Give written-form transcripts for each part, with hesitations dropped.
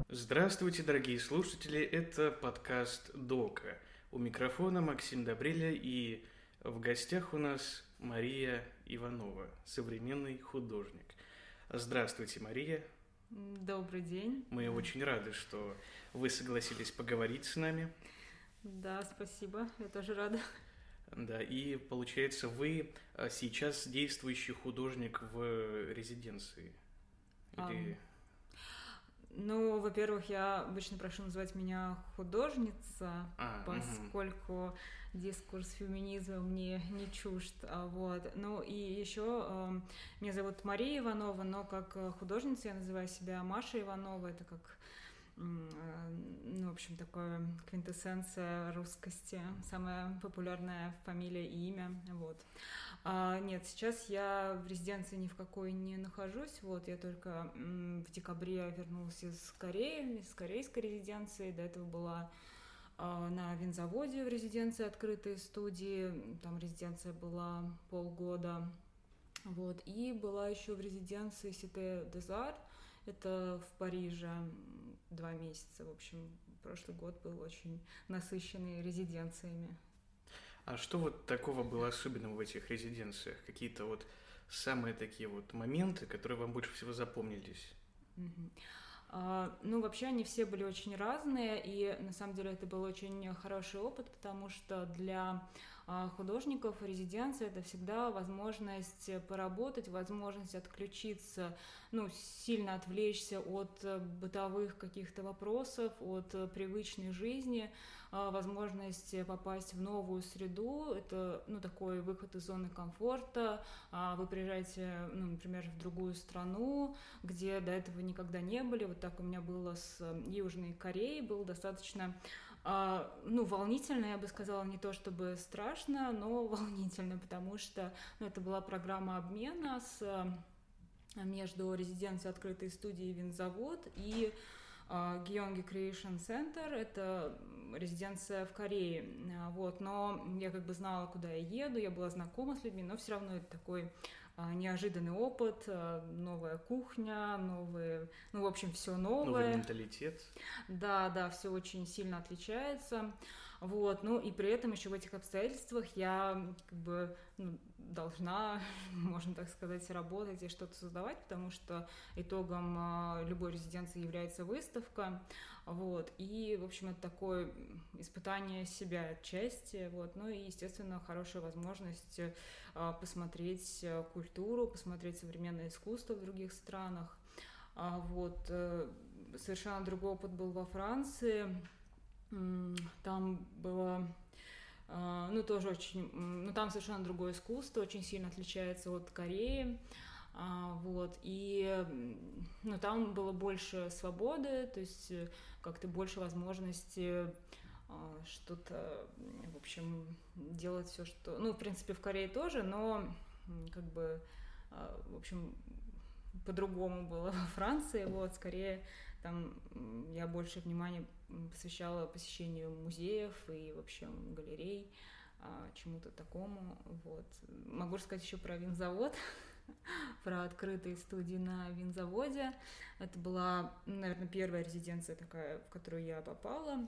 Здравствуйте, дорогие слушатели, это подкаст Дока. У микрофона Максим Добреля, и в гостях у нас Мария Иванова, современный художник. Здравствуйте, Мария. Добрый день. Мы очень рады, что вы согласились поговорить с нами. Да, спасибо, я тоже рада. Да, и получается, вы сейчас действующий художник в резиденции? Или... Ну, во-первых, я обычно прошу называть меня художница, поскольку дискурс феминизма мне не чужд. Вот. Ну и еще меня зовут Мария Иванова, но как художница я называю себя Маша Иванова. Это как, ну, в общем, такая квинтэссенция русскости, самая популярная фамилия и имя. Вот. Нет, сейчас я в резиденции ни в какой не нахожусь. Вот, я только в декабре вернулась из Кореи, из корейской резиденции. До этого была на винзаводе в резиденции открытой студии. Там резиденция была полгода. Вот. И была еще в резиденции Cité des Arts. Это в Париже 2 месяца. В общем, прошлый год был очень насыщенный резиденциями. А что вот такого было особенного в этих резиденциях? Какие-то вот самые такие вот моменты, которые вам больше всего запомнились? Ну, вообще они все были очень разные, и на самом деле это был очень хороший опыт, потому что для художников резиденция — это всегда возможность поработать, возможность отключиться, ну, сильно отвлечься от бытовых каких-то вопросов, от привычной жизни, возможность попасть в новую среду. Это, ну, такой выход из зоны комфорта. Вы приезжаете, ну, например, в другую страну, где до этого никогда не были. Вот так у меня было с Южной Кореей, было достаточно, ну, волнительно, я бы сказала, не то чтобы страшно, но волнительно, потому что, ну, это была программа обмена между резиденцией открытой студии «Винзавод» и Gyeonggi Creation Center, это резиденция в Корее, вот, но я как бы знала, куда я еду, я была знакома с людьми, но все равно это такой неожиданный опыт, новая кухня, новые, ну, в общем, все новое. Новый менталитет. Да, все очень сильно отличается, вот, ну, и при этом еще в этих обстоятельствах я как бы, ну, должна, можно так сказать, работать и что-то создавать, потому что итогом любой резиденции является выставка, вот, и, в общем, это такое испытание себя отчасти, вот, ну, и, естественно, хорошая возможность посмотреть культуру, посмотреть современное искусство в других странах, вот, совершенно другой опыт был во Франции, там было... Ну, тоже очень... Ну, там совершенно другое искусство, очень сильно отличается от Кореи. Вот, и, ну, там было больше свободы, то есть как-то больше возможности что-то, в общем, делать все, что... Ну, в принципе, в Корее тоже, но как бы, в общем, по-другому было во Франции, вот, скорее там я больше внимания посвящала посещению музеев и вообще галерей, чему-то такому, вот. Могу рассказать еще про винзавод, про открытые студии на винзаводе. Это была, наверное, первая резиденция такая, в которую я попала,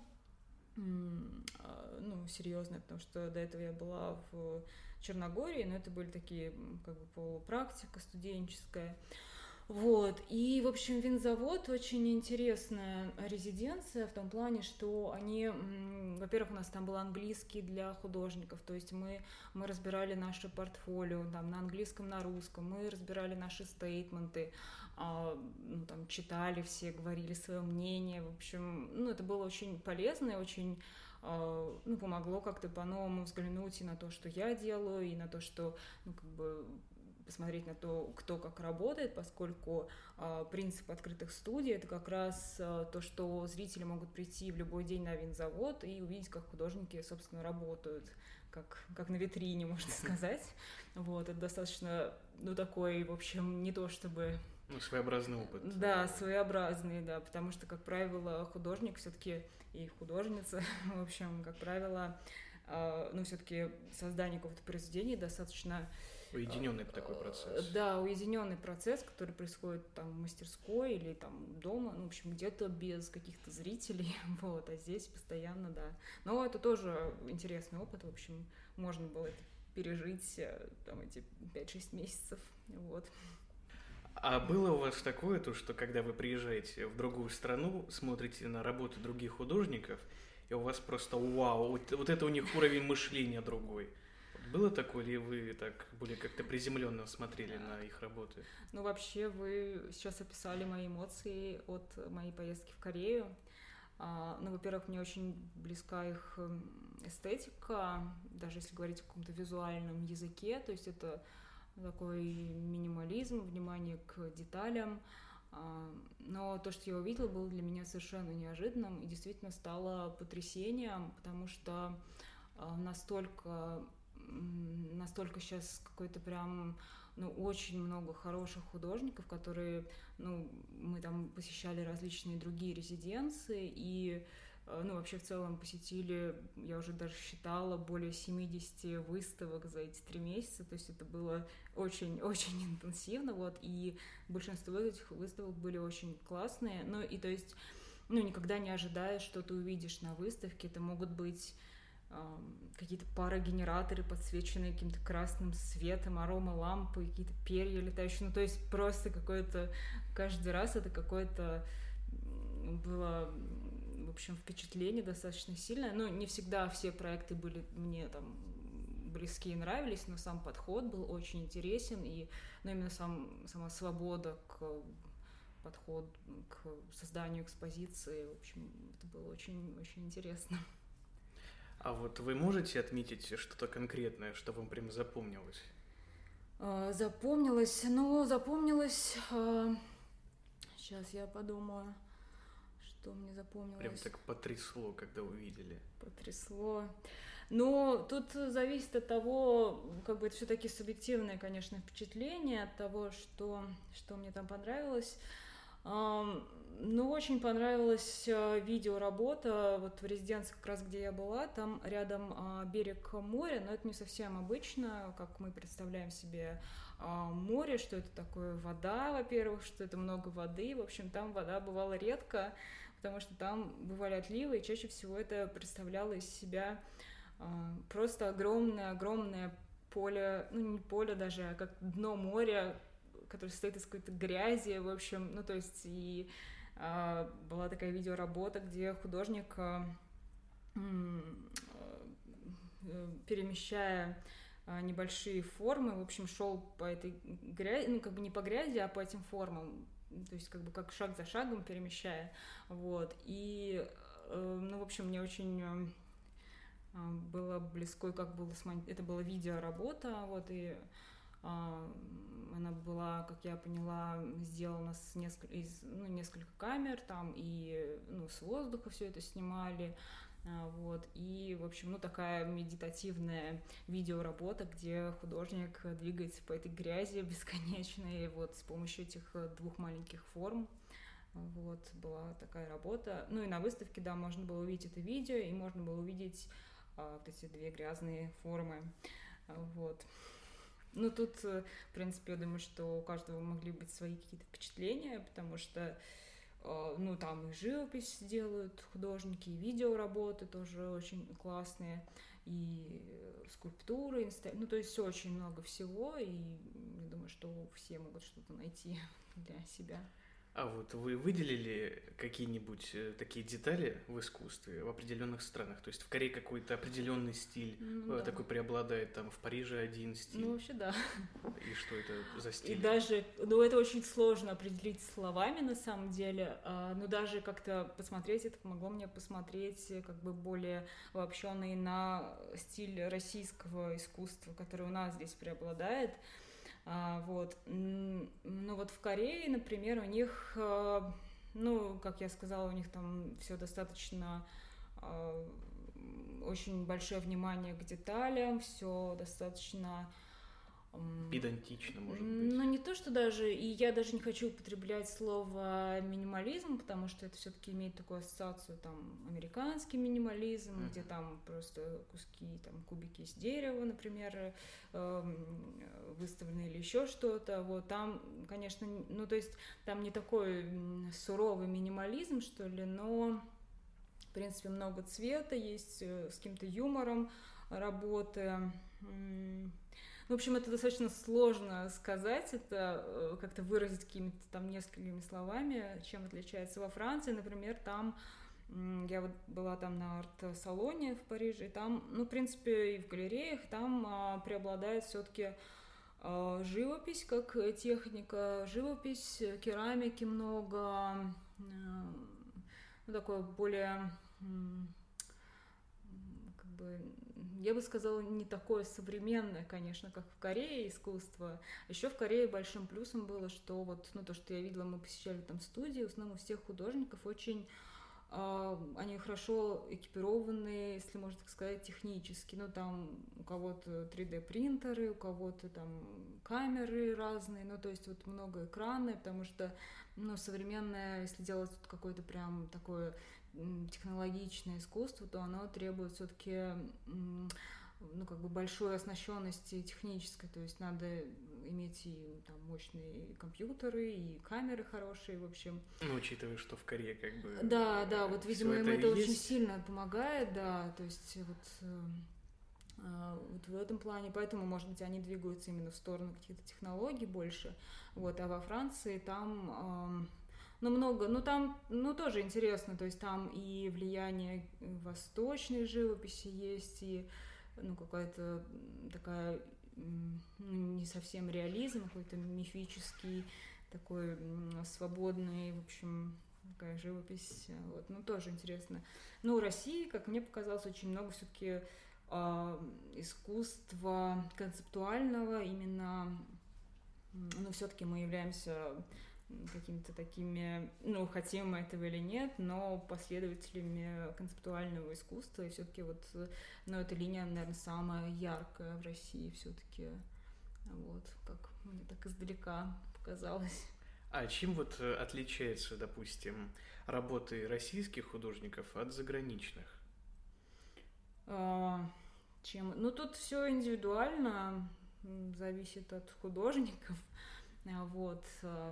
ну, серьезная, потому что до этого я была в Черногории, но это были такие, как бы, полупрактика студенческая. Вот, и, в общем, винзавод очень интересная резиденция в том плане, что они, во-первых, у нас там был английский для художников, то есть мы разбирали наше портфолио там, на английском, на русском, мы разбирали наши стейтменты, ну, там, читали все, говорили свое мнение, в общем, ну, это было очень полезно и очень, ну, помогло как-то по-новому взглянуть и на то, что я делаю, и на то, что, ну, как бы, посмотреть на то, кто как работает, поскольку принцип открытых студий — это как раз то, что зрители могут прийти в любой день на винзавод и увидеть, как художники, собственно, работают, как на витрине, можно сказать. Вот, это достаточно, ну, такой, в общем, не то чтобы... Ну, своеобразный опыт. Да, своеобразный, да, потому что, как правило, художник все-таки и художница, в общем, как правило, ну, все-таки создание какого-то произведения достаточно Уединенный такой процесс. Да, уединенный процесс, который происходит там в мастерской или там дома, ну, в общем, где-то без каких-то зрителей, вот, а здесь постоянно, да. Но это тоже интересный опыт, в общем, можно было это пережить там эти 5-6 месяцев, вот. А было у вас такое, то, что когда вы приезжаете в другую страну, смотрите на работу других художников, и у вас просто вау, вот это у них уровень мышления другой? Было такое, или вы так более как-то приземленно смотрели на их работы? Ну, вообще, вы сейчас описали мои эмоции от моей поездки в Корею. Ну, во-первых, мне очень близка их эстетика, даже если говорить о каком-то визуальном языке, то есть это такой минимализм, внимание к деталям. Но то, что я увидела, было для меня совершенно неожиданным и действительно стало потрясением, потому что настолько сейчас какой-то прям, ну, очень много хороших художников, которые, ну, мы там посещали различные другие резиденции и, ну, вообще в целом посетили, я уже даже считала, более 70 выставок за эти 3 месяца, то есть это было очень-очень интенсивно, вот, и большинство этих выставок были очень классные, ну, и то есть, ну, никогда не ожидаешь, что ты увидишь на выставке, это могут быть какие-то парогенераторы, подсвеченные каким-то красным светом, аромалампы, какие-то перья летающие. Ну, то есть просто какое-то... Каждый раз это какое-то было, в общем, впечатление достаточно сильное. Ну, не всегда все проекты были мне там близки и нравились, но сам подход был очень интересен, и, ну, именно сама свобода к подходу, к созданию экспозиции, в общем, это было очень-очень интересно. А вот вы можете отметить что-то конкретное, что вам прям запомнилось? Запомнилось. Сейчас я подумаю, что мне запомнилось. Прям так потрясло, когда увидели. Потрясло. Но тут зависит от того, как бы это все-таки субъективное, конечно, впечатление от того, что мне там понравилось. Ну, очень понравилась видеоработа, вот в резиденции как раз, где я была, там рядом берег моря, но это не совсем обычно, как мы представляем себе море, что это такое вода, во-первых, что это много воды, в общем, там вода бывала редко, потому что там бывали отливы, и чаще всего это представляло из себя просто огромное поле, ну, не поле даже, а как дно моря, который состоит из какой-то грязи, в общем, ну, то есть, и была такая видеоработа, где художник, перемещая небольшие формы, в общем, шел по этой грязи, ну, как бы не по грязи, а по этим формам, то есть, как бы, как шаг за шагом перемещая, вот, и, ну, в общем, мне очень было близко, как было это была видеоработа, вот, и она была, как я поняла, сделана с несколько камер там, и, ну, с воздуха все это снимали, вот, и, в общем, ну, такая медитативная видеоработа, где художник двигается по этой грязи бесконечной, вот, с помощью этих 2 маленьких форм, вот, была такая работа, ну, и на выставке, да, можно было увидеть это видео, и можно было увидеть вот эти 2 грязные формы, вот. Ну, тут, в принципе, я думаю, что у каждого могли быть свои какие-то впечатления, потому что, ну, там и живопись делают художники, и видеоработы тоже очень классные, и скульптуры, ну, то есть очень много всего, и я думаю, что все могут что-то найти для себя. А вот вы выделили какие-нибудь такие детали в искусстве в определенных странах? То есть в Корее какой-то определенный стиль такой преобладает, там в Париже один стиль? Ну, вообще, да. И что это за стиль? И даже, ну, это очень сложно определить словами, на самом деле, но даже как-то посмотреть, это помогло мне посмотреть как бы более обобщенный на стиль российского искусства, который у нас здесь преобладает. Вот. Ну вот в Корее, например, у них, ну, как я сказала, у них там все достаточно, очень большое внимание к деталям, все достаточно Педантично, может быть. Ну, не то, что даже, и я даже не хочу употреблять слово минимализм, потому что это все-таки имеет такую ассоциацию, там, американский минимализм, где там просто куски, там, кубики из дерева, например, выставлены или еще что-то, вот, там, конечно, ну, то есть, там не такой суровый минимализм, что ли, но, в принципе, много цвета, есть с каким-то юмором работы. В общем, это достаточно сложно сказать, это как-то выразить какими-то там несколькими словами, чем отличается. Во Франции, например, там я вот была там на арт-салоне в Париже, и там, ну, в принципе, и в галереях там преобладает все-таки живопись как техника, живопись, керамики много, ну, такое более, как бы, я бы сказала, не такое современное, конечно, как в Корее искусство. Еще в Корее большим плюсом было, что вот, ну, то, что я видела, мы посещали там студии, в основном у всех художников очень они хорошо экипированы, если можно так сказать, технически. Ну, там у кого-то 3D-принтеры, у кого-то там камеры разные, ну, то есть вот много экраны, потому что, ну, современное, если делать какое-то прям такое технологичное искусство, то оно требует все-таки ну, как бы большой оснащенности технической, то есть надо иметь и там мощные компьютеры, и камеры хорошие, в общем. Ну, учитывая, что в Корее как бы... Да, вот, видимо, им это есть. очень сильно помогает, да, то есть вот в этом плане, поэтому, может быть, они двигаются именно в сторону каких-то технологий больше, вот, а во Франции там... Ну, много, ну, там, ну, тоже интересно, то есть там и влияние восточной живописи есть, и, ну, какая-то такая, ну, не совсем реализм, какой-то мифический, такой свободный, в общем, такая живопись, вот, ну, тоже интересно. Ну, в России, как мне показалось, очень много все-таки искусства концептуального, именно, ну, все-таки мы являемся какими-то такими, ну, хотим мы этого или нет, но последователями концептуального искусства, и все-таки вот, ну, эта линия, наверное, самая яркая в России все-таки, вот, как мне так издалека показалось. А чем вот отличается, допустим, работы российских художников от заграничных? Чем? Ну, тут все индивидуально, зависит от художников, вот.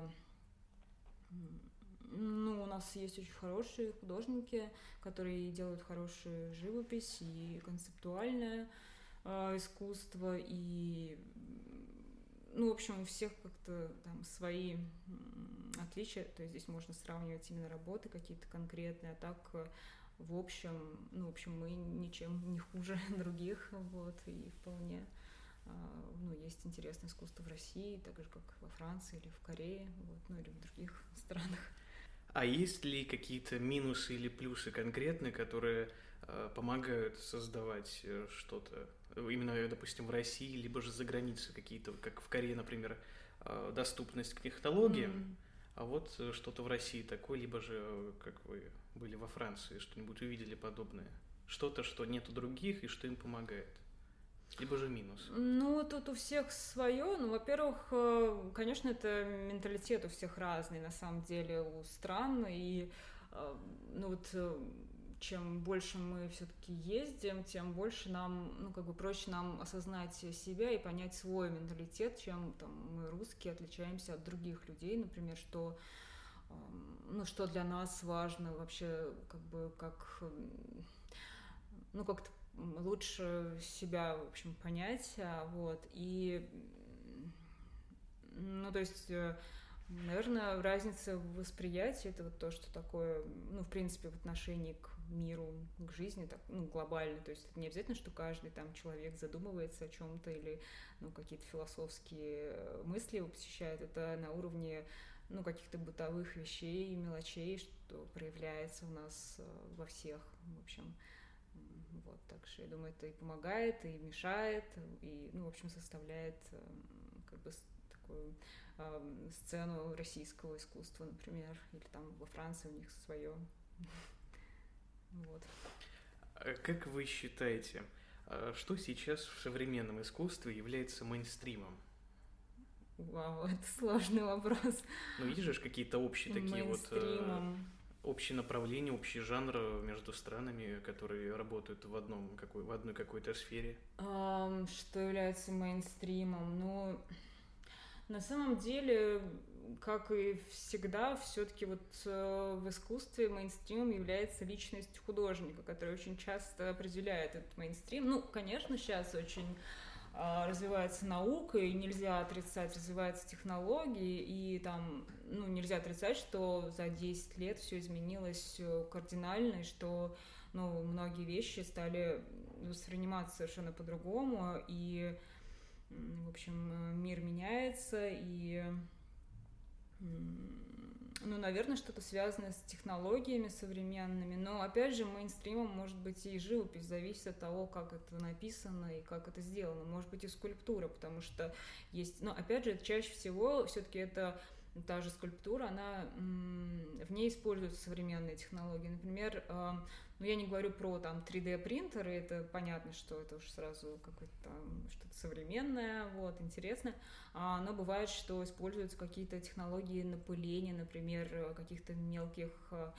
Ну, у нас есть очень хорошие художники, которые делают хорошую живопись и концептуальное искусство, и, ну, в общем, у всех как-то там свои отличия, то есть здесь можно сравнивать именно работы какие-то конкретные, а так, в общем, ну, в общем, мы ничем не хуже других, вот, и вполне... Ну, есть интересное искусство в России, так же, как во Франции или в Корее, вот, ну, или в других странах. А есть ли какие-то минусы или плюсы конкретные, которые помогают создавать что-то? Именно, допустим, в России, либо же за границей какие-то, как в Корее, например, доступность к технологиям, а вот что-то в России такое, либо же, как вы были во Франции, что-нибудь увидели подобное? Что-то, что нет у других и что им помогает? Либо же минус? Ну, тут у всех свое. Ну, во-первых, конечно, это менталитет у всех разный, на самом деле, у стран. И, ну, вот, чем больше мы все-таки ездим, тем больше нам, ну, как бы проще нам осознать себя и понять свой менталитет, чем там мы, русские, отличаемся от других людей, например, что, ну, что для нас важно вообще, как бы, как, ну, как-то лучше себя, в общем, понять, вот, и, ну, то есть, наверное, разница в восприятии, это вот то, что такое, ну, в принципе, в отношении к миру, к жизни, так, ну, глобально, то есть это не обязательно, что каждый там человек задумывается о чем-то или, ну, какие-то философские мысли его посещают, это на уровне, ну, каких-то бытовых вещей, мелочей, что проявляется у нас во всех, в общем. Вот, так что я думаю, это и помогает, и мешает, и, ну, в общем, составляет как бы такую сцену российского искусства, например, или там во Франции у них свое. Вот. Как вы считаете, что сейчас в современном искусстве является мейнстримом? Вау, это сложный вопрос. Ну, видишь, какие-то общие такие вот общие направления, общий жанр между странами, которые работают в одной какой-то сфере? Что является мейнстримом? Ну, на самом деле, как и всегда, все-таки вот в искусстве мейнстримом является личность художника, которая очень часто определяет этот мейнстрим. Ну, конечно, сейчас очень развивается наука, и нельзя отрицать, развиваются технологии, и там, ну, нельзя отрицать, что за 10 лет все изменилось кардинально, и что, ну, многие вещи стали восприниматься совершенно по-другому, и, в общем, мир меняется, и, ну, наверное, что-то связанное с технологиями современными, но, опять же, мейнстримом может быть и живопись, зависит от того, как это написано и как это сделано, может быть и скульптура, потому что есть, ну, опять же, чаще всего все-таки это та же скульптура, она, в ней используются современные технологии, например, ну, я не говорю про там 3D-принтеры, это понятно, что это уже сразу какое-то там что-то современное, вот, интересное, но бывает, что используются какие-то технологии напыления, например, каких-то мелких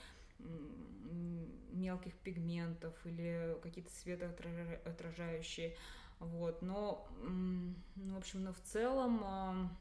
пигментов или какие-то светоотражающие, вот, но, в общем, но в целом,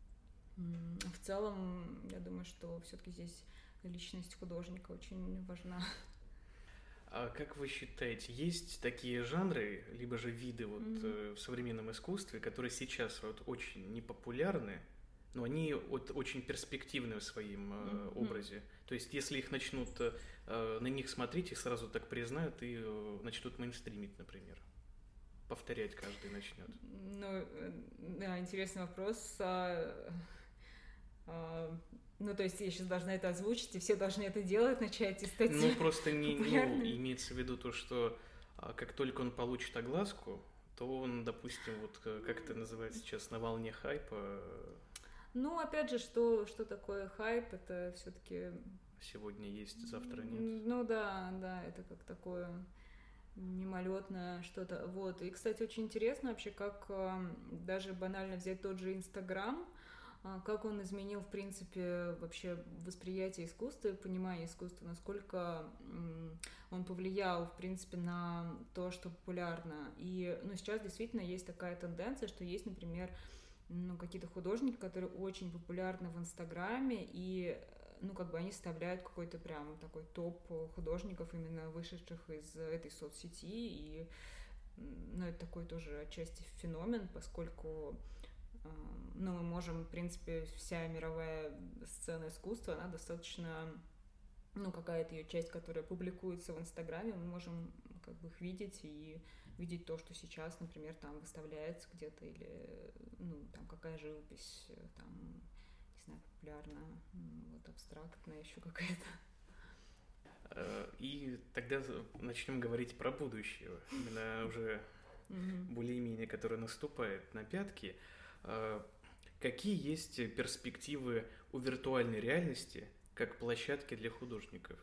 я думаю, что все-таки здесь личность художника очень важна. А как вы считаете, есть такие жанры, либо же виды вот в современном искусстве, которые сейчас вот очень непопулярны, но они вот очень перспективны в своем образе? То есть, если их начнут на них смотреть, их сразу так признают и начнут мейнстримить, например. Повторять каждый начнет. Ну, да, интересный вопрос. Ну, то есть я сейчас должна это озвучить, и все должны это делать, начать и стать Ну, просто имеется в виду то, что как только он получит огласку, то он, допустим, вот как это называется сейчас, на волне хайпа. Ну, опять же, что такое хайп, это все-таки... Сегодня есть, завтра нет. Ну да, это как такое мимолетное что-то. Вот. И, кстати, очень интересно вообще, как даже банально взять тот же Инстаграм, как он изменил, в принципе, вообще восприятие искусства и понимание искусства, насколько он повлиял, в принципе, на то, что популярно. И, ну, сейчас действительно есть такая тенденция, что есть, например, ну, какие-то художники, которые очень популярны в Инстаграме, и, ну, как бы они составляют какой-то прям такой топ художников, именно вышедших из этой соцсети, и, ну, это такой тоже отчасти феномен, поскольку... Ну, мы можем, в принципе, вся мировая сцена искусства, она достаточно, ну, какая-то ее часть, которая публикуется в Инстаграме, мы можем как бы их видеть и видеть то, что сейчас, например, там выставляется где-то, или, ну, там какая живопись, там, не знаю, популярная, вот, абстрактная еще какая-то. И тогда начнем говорить про будущее, именно уже более-менее, которое наступает на пятки. Какие есть перспективы у виртуальной реальности как площадки для художников?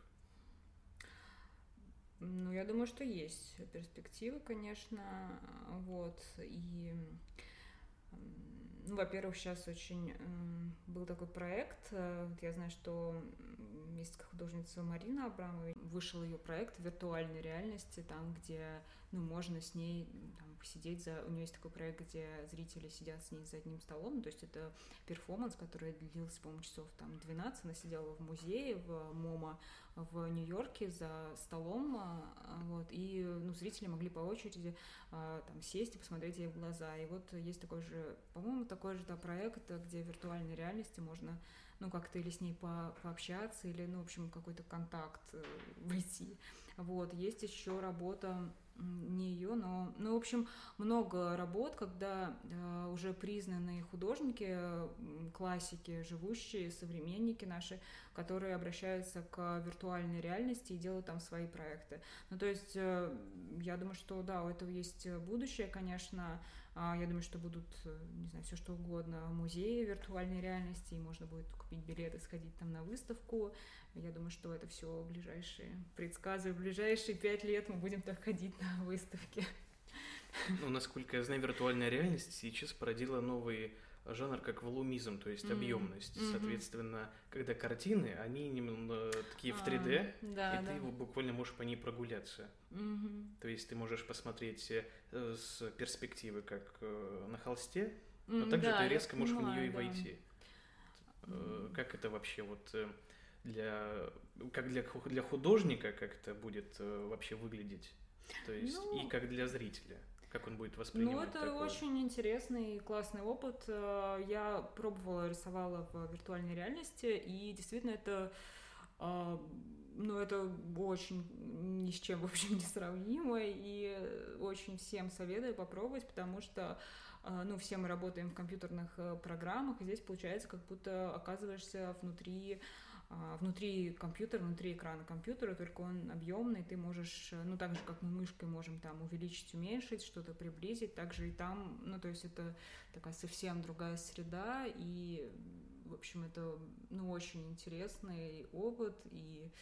Ну, я думаю, что есть перспективы, конечно, вот, и, ну, во-первых, сейчас очень был такой проект, вот я знаю, что есть художница Марина Абрамова, вышел ее проект виртуальной реальности, там, где, ну, можно с ней там посидеть у нее есть такой проект, где зрители сидят с ней за одним столом, то есть это перформанс, который длился, по-моему, часов там 12, она сидела в музее, в МоМА в Нью-Йорке за столом, вот, и, ну, зрители могли по очереди там сесть и посмотреть ей в глаза, и вот есть такой же, по-моему, такой же, да, проект, где в виртуальной реальности можно, ну, как-то или с ней пообщаться, или, ну, в общем, какой-то контакт войти. Вот, есть еще работа, не ее, но, ну, в общем, много работ, когда уже признанные художники, классики, живущие, современники наши, которые обращаются к виртуальной реальности и делают там свои проекты. Ну, то есть, я думаю, что, да, у этого есть будущее, конечно. Я думаю, что будут, не знаю, все что угодно, музеи виртуальной реальности, и можно будет купить билеты, сходить там на выставку. Я думаю, что это все в ближайшие 5 лет мы будем так ходить на выставки. Ну, насколько я знаю, виртуальная реальность сейчас породила новый жанр как волумизм, то есть объемность. Соответственно, когда картины, они именно такие в 3D, и ты буквально можешь по ней прогуляться. То есть ты можешь посмотреть с перспективы, как на холсте, но также ты резко можешь в нее и войти. Как это вообще вот для художника, как это будет вообще выглядеть? То есть и как для зрителя, как он будет воспринимать это такое? очень интересный и классный опыт. Я пробовала, рисовала в виртуальной реальности, и действительно это очень ни с чем, в общем, не сравнимо, и очень всем советую попробовать, потому что все мы работаем в компьютерных программах, и здесь получается, как будто оказываешься внутри компьютера, внутри экрана компьютера, только он объемный, ты можешь, так же, как мы мышкой можем там увеличить, уменьшить, что-то приблизить, также и там, то есть это такая совсем другая среда, и, в общем, это, очень интересный опыт, и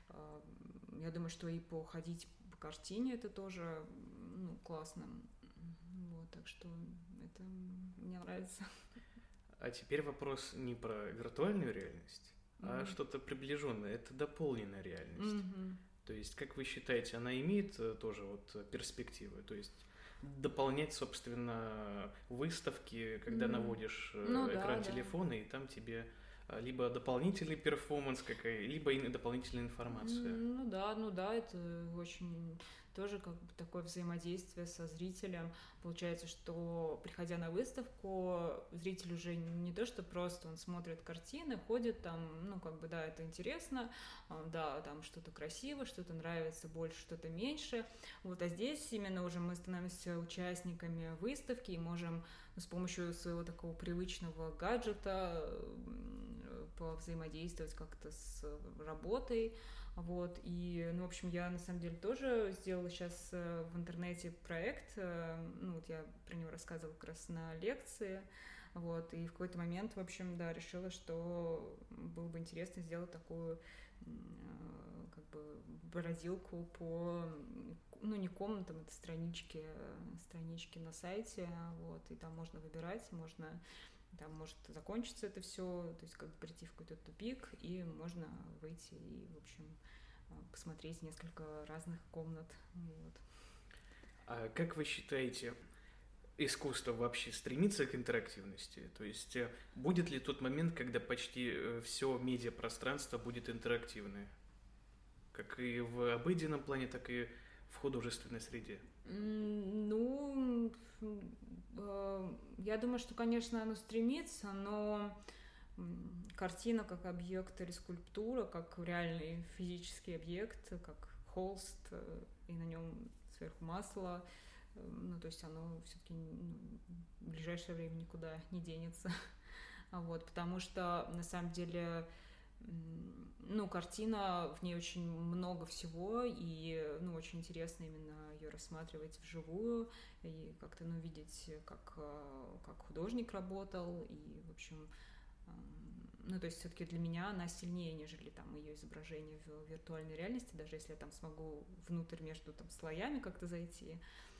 я думаю, что и походить по картине это тоже, классно, вот, так что это мне нравится. А теперь вопрос не про виртуальную реальность, а что-то приближенное, это дополненная реальность. То есть, как вы считаете, она имеет тоже вот перспективы? То есть дополнять, собственно, выставки, когда наводишь экран телефона, и там тебе либо дополнительный перформанс либо дополнительная информация. Это очень тоже как бы такое взаимодействие со зрителем. Получается, что, приходя на выставку, зритель уже не то, что просто он смотрит картины, ходит там, это интересно, там что-то красиво, что-то нравится больше, что-то меньше. А здесь именно уже мы становимся участниками выставки и можем с помощью своего такого привычного гаджета повзаимодействовать как-то с работой. И, в общем, я на самом деле тоже сделала сейчас в интернете проект, я про него рассказывала как раз на лекции, и в какой-то момент, в общем, решила, что было бы интересно сделать такую, как бы, бродилку по, не комнатам, это странички на сайте, и там можно выбирать, там может закончиться это все, то есть как бы прийти в какой-то тупик, и можно выйти и, в общем, посмотреть несколько разных комнат. А как вы считаете, искусство вообще стремится к интерактивности? То есть будет ли тот момент, когда почти все медиапространство будет интерактивное? Как и в обыденном плане, так и в художественной среде? Я думаю, что, конечно, оно стремится, но картина как объект или скульптура, как реальный физический объект, как холст, и на нем сверху масло, то есть оно все-таки в ближайшее время никуда не денется. Потому что, на самом деле, картина, в ней очень много всего, и, очень интересно именно ее рассматривать вживую, и как-то, видеть, как художник работал, и, в общем, то есть все-таки для меня она сильнее, нежели там ее изображение в виртуальной реальности, даже если я там смогу внутрь между там слоями как-то зайти,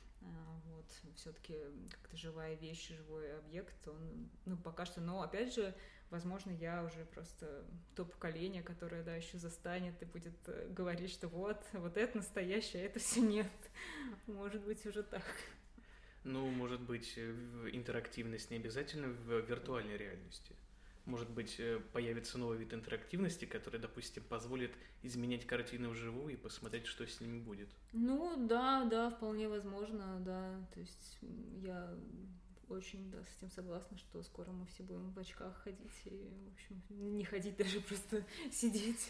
все-таки как-то живая вещь, живой объект, он, пока что, но опять же, возможно, я уже просто то поколение, которое, еще застанет и будет говорить, что вот это настоящее, а это все нет. Может быть, уже так. Может быть, интерактивность не обязательно в виртуальной реальности. Может быть, появится новый вид интерактивности, который, допустим, позволит изменять картины вживую и посмотреть, что с ними будет. Да, вполне возможно, да. То есть я очень, с этим согласна, что скоро мы все будем в очках ходить и, в общем, не ходить, даже просто сидеть.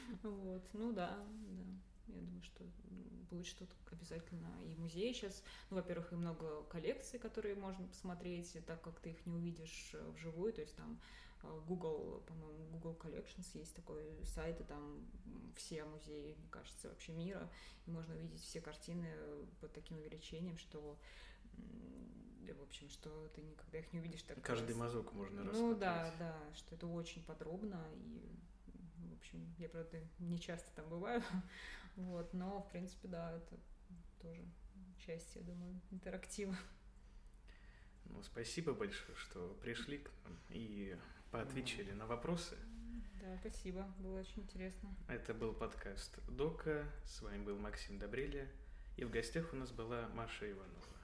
Да. Я думаю, что будет что-то обязательно. И в музее сейчас, во-первых, и много коллекций, которые можно посмотреть, так как ты их не увидишь вживую, то есть там Google, по-моему, Google Collections есть такой сайт, и там все музеи, мне кажется, вообще мира, и можно увидеть все картины под таким увеличением, что, в общем, что ты никогда их не увидишь так. Каждый мазок можно рассмотреть. Да, что это очень подробно, и, в общем, я, правда, не часто там бываю, но, в принципе, да, это тоже часть, я думаю, интерактива. Ну, спасибо большое, что пришли к нам и поотвечали на вопросы. Да, спасибо, было очень интересно. Это был подкаст Дока, с вами был Максим Добреля, и в гостях у нас была Маша Иванова.